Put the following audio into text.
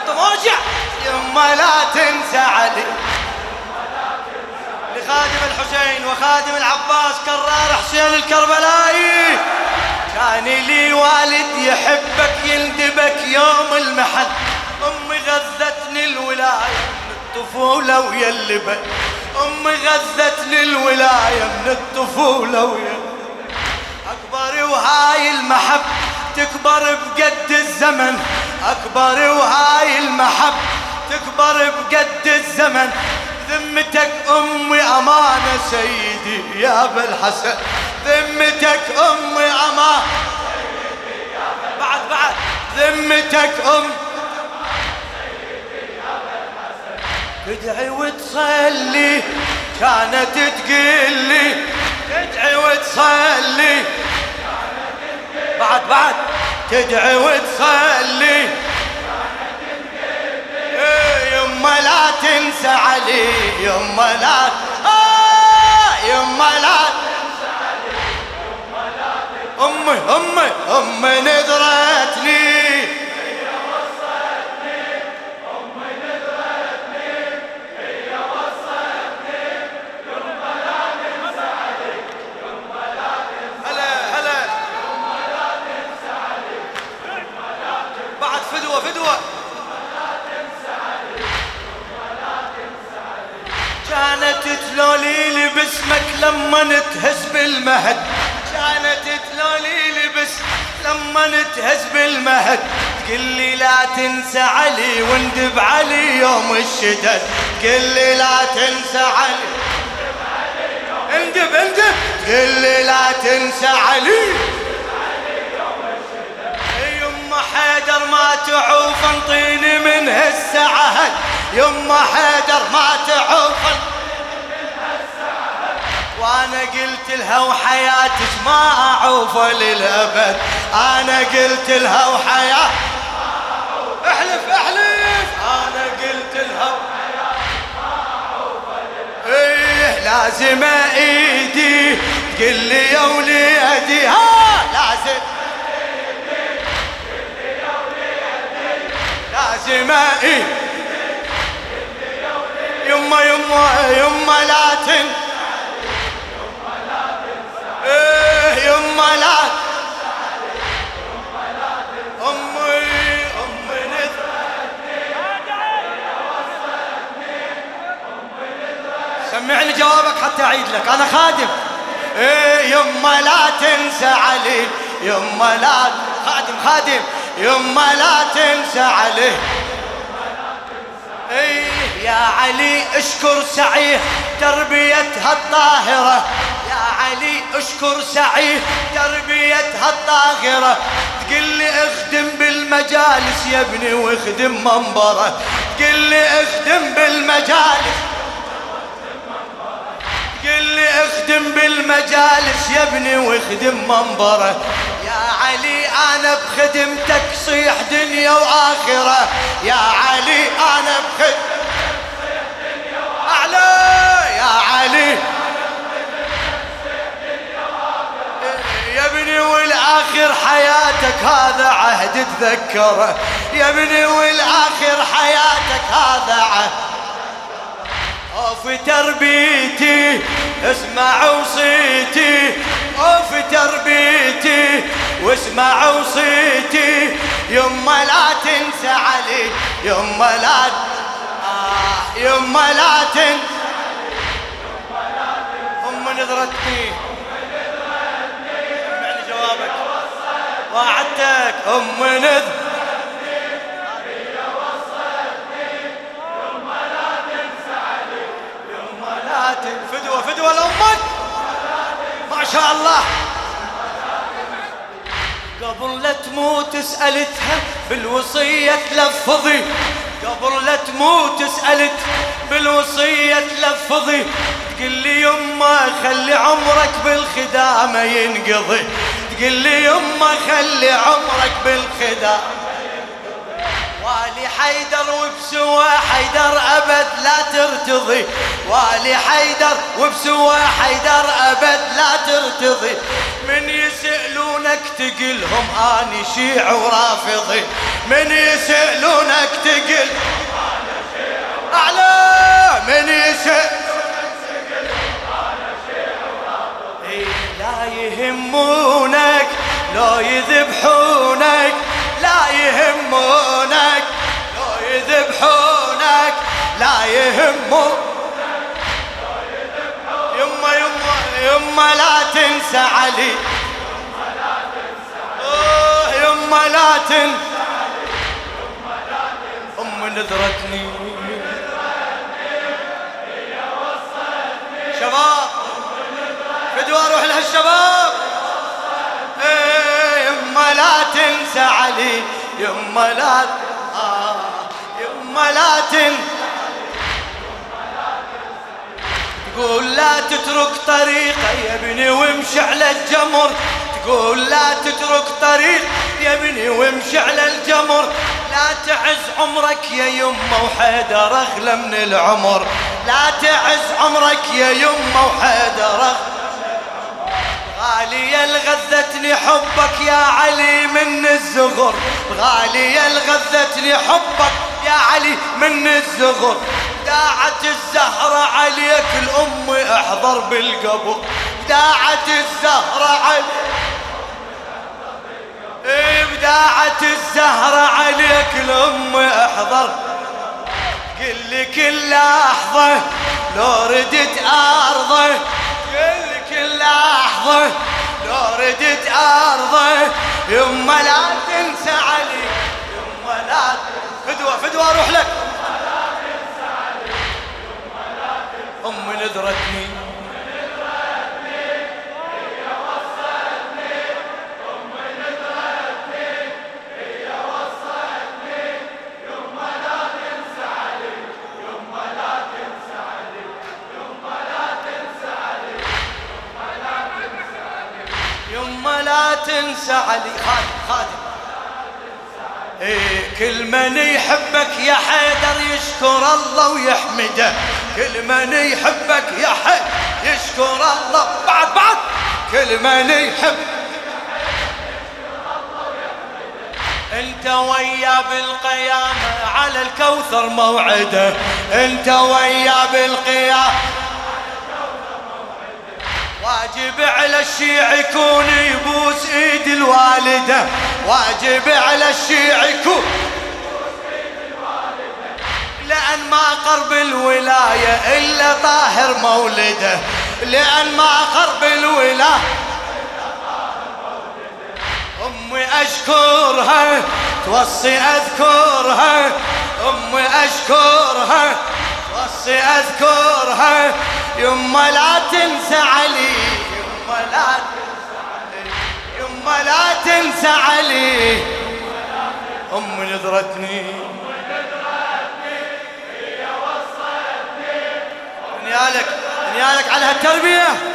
طموجع يما لا تنسى علي لخادم الحسين وخادم العباس كرار حسين الكربلائي. كان لي والد يحبك يندبك يوم المحن، أمي غذتني الولاية من الطفولة ويا اللبن، أمي غذتني الولاية من الطفولة ويا أكبر وهاي المحب تكبر بقد الزمن، أكبر وهاي المحب تكبر بقد الزمن. ذمتك أمي أمانة سيدي يا أبا الحسن، ذمتك أمي أمانة سيدي يا أبا الحسن، بعد ذمتك سيدي يا أبا الحسن. تدعي وتصلي كانت تقلي، تدعي وتصلي بعد تدعي وتصلي يما لا تنسى علي، يما لا يما لا تنسى علي، يما لا تنسى أمي نذرتني هي وصتني، أمي نذرتني هي وصتني، يما لا تنسى علي، يما لا تنسى هلا يما لا تنسى علي، يما لا تنسى بعد فدوة كانت تلوليلي باسمك لما نتهز بالمهد، كانت تلوليلي باسمك لما نتهز بالمهد. تقلي لا تنسى علي واندب علي يوم الشدد، تقلي لا تنسى علي اندب تقلي لا تنسى علي يوم الشدد. يما حيدر ما تعوف انطيني من هسه عهد، يما حيدر ما تعوف وانا قلت لها وحياتك ما اعوف للابد، انا قلت لها وحياتك احلف انا قلت لها وحياتك ما اعوف للابد. ايه لازم ايدي تقول لي يا وليدي، ها لازم ايدي تقول لي يا وليدي، لازم ايدي يما لا تنسى يما لا تنسى يما لا تنسى يما لا تنسى أمي نذرتني هي وصتني، أمي نذرتني سمعني جوابك حتى أعيد لك أنا خادم. يما لا تنسى علي، يما لا خادم يما لا تنسى علي. يا علي اشكر سعيه تربيتها الطاهرة، يا علي اشكر سعيه تربيتها الطاهرة. تقل لي اخدم بالمجالس يا ابني واخدم منبره، تقل لي اخدم بالمجالس، تقل لي اخدم بالمجالس يا ابني واخدم منبره. يا علي انا بخدمتك صيح دنيا واخره، يا علي انا بخدمتك أعلى يا علي يا ابني والآخر حياتك هذا عهد تذكره، يا ابني والآخر حياتك هذا عهد. في تربيتي اسمع وصيتي، في تربيتي واسمع وصيتي. يما لا تنسى علي، يما لا يما لا تنسى أمي نذرتني سمعني جوابك وعدتك أمي نذرتني هي وصتني، يما لا تنسى علي، يما لا تنسى فدوة لأمك ما شاء الله. قبل لا تموت سألتها بالوصية تلفظي، قبل لا تموت سألت بالوصية تلفظي. تقول لي يما خلي عمرك بالخدامة ينقضي، تقول لي يما خلي عمرك بالخدامة ينقضي. والي حيدر وبسوى حيدر أبد لا ترتضي، والي حيدر وبسوى حيدر أبد لا ترتضي. من يسألونك يسألونك تقلهم أنا شيعي ورافضي، من يسألونك تقلهم أنا شيعي ورافضي، أعلى من يسألونك تقلهم أنا شيعي ورافضي. لا يهمونك لو يذبحونك، لا يهمونك لو يذبحونك، لا يهمونك يما يما يما لا تنسى علي، يما لا تنسى علي، يما لا تنسى علي، يما لا تنسى أم نذرتني هي وصلتني. شباب فدوى اروح لهالشباب. يما لا تنسى علي، يما لا يما لا تنسى، تقول لا تترك طريقه يا ابني وامشي على الجمر، تقول لا تترك طريق يا ابني وامشي على الجمر، لا تعز عمرك يا يمه وحيدر اغلى من العمر، لا تعز عمرك يا يمه وحيدر غالية الغذتني حبك يا علي من الزغر، غالية الغذتني حبك يا علي من الزغر، داعت الزهرة عليك الأم احضر بالقبر، داعت الزهرة عليك بداعت الزهرة عليك الأم احضر، قل كل لحظة لو ردت أرضه، قل كل لحظة لو ردت أرضه، يما لا تنسى علي، يما لا فدوى فدوى أروح لك. أم نذرتني هي وصلتني، أم نذرتني هي وصلتني، يما لا تنسى علي، يما لا تنسى علي، يما لا تنسى علي، يما لا تنسى علي، يما لا تنسى علي. خادم خادم كل من يحبك يا حيدر يشكر الله ويحمده، كل من يحبك يا حيدر يشكر الله، بعد كل من يحب انت ويا بالقيامة على الكوثر موعده، انت ويا بالقيامة واجب على الشيع يكون يبوس ايد الوالده، واجب على الشيع يكون يبوس ايد الوالده، لان ما قرب الولايه الا طاهر مولده، لان ما قرب الولايه الا طاهر مولده. امي اشكرها توصي اذكرها، امي اشكرها توصي اذكرها، يما لا تنسى علي، يما لا تنسى علي، يما لا تنسى علي، أم نذرتني هي وصلتني. نيالك على هالتربية.